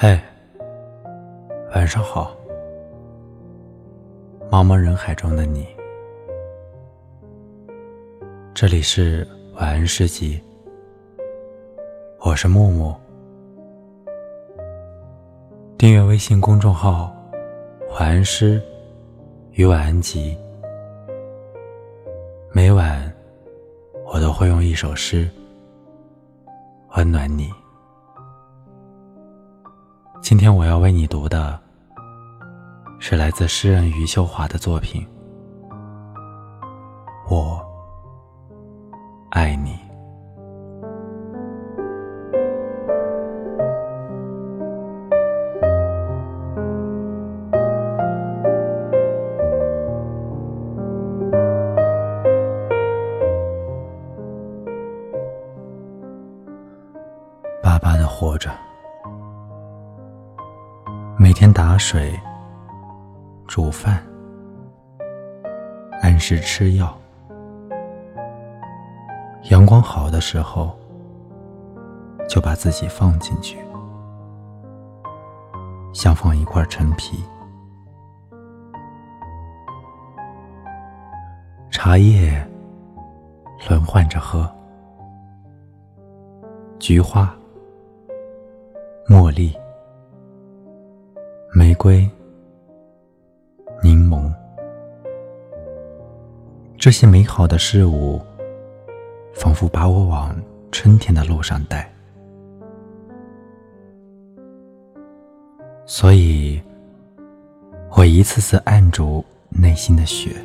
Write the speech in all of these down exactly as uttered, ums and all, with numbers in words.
嘿，晚上好，茫茫人海中的你。这里是晚安诗集，我是木木。订阅微信公众号晚安诗与晚安集，每晚我都会用一首诗温暖你。今天我要为你读的是来自诗人余秀华的作品《我爱你》。巴巴地活着，每天打水煮饭，按时吃药，阳光好的时候就把自己放进去，像放一块陈皮。茶叶轮换着喝，菊花、茉莉、玫瑰、柠檬，这些美好的事物仿佛把我往春天的路上带。所以我一次次按住内心的雪，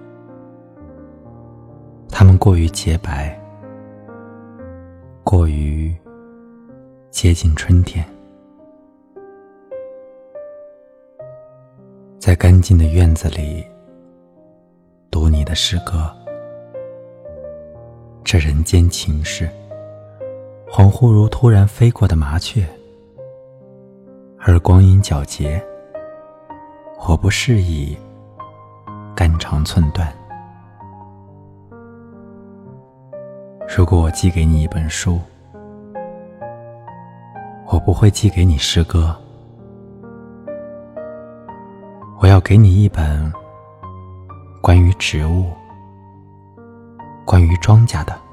它们过于洁白，过于接近春天。在干净的院子里读你的诗歌，这人间情事恍惚如突然飞过的麻雀，而光阴皎洁，我不适宜肝肠寸断。如果我寄给你一本书，我不会寄给你诗歌，我要给你一本关于植物、关于庄稼的，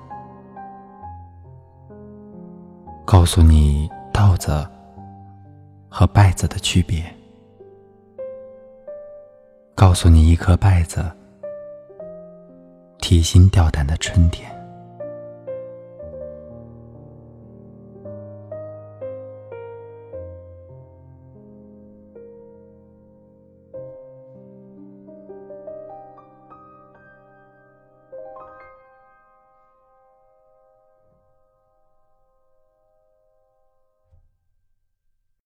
告诉你稻子和稗子的区别，告诉你一颗稗子提心吊胆的春天。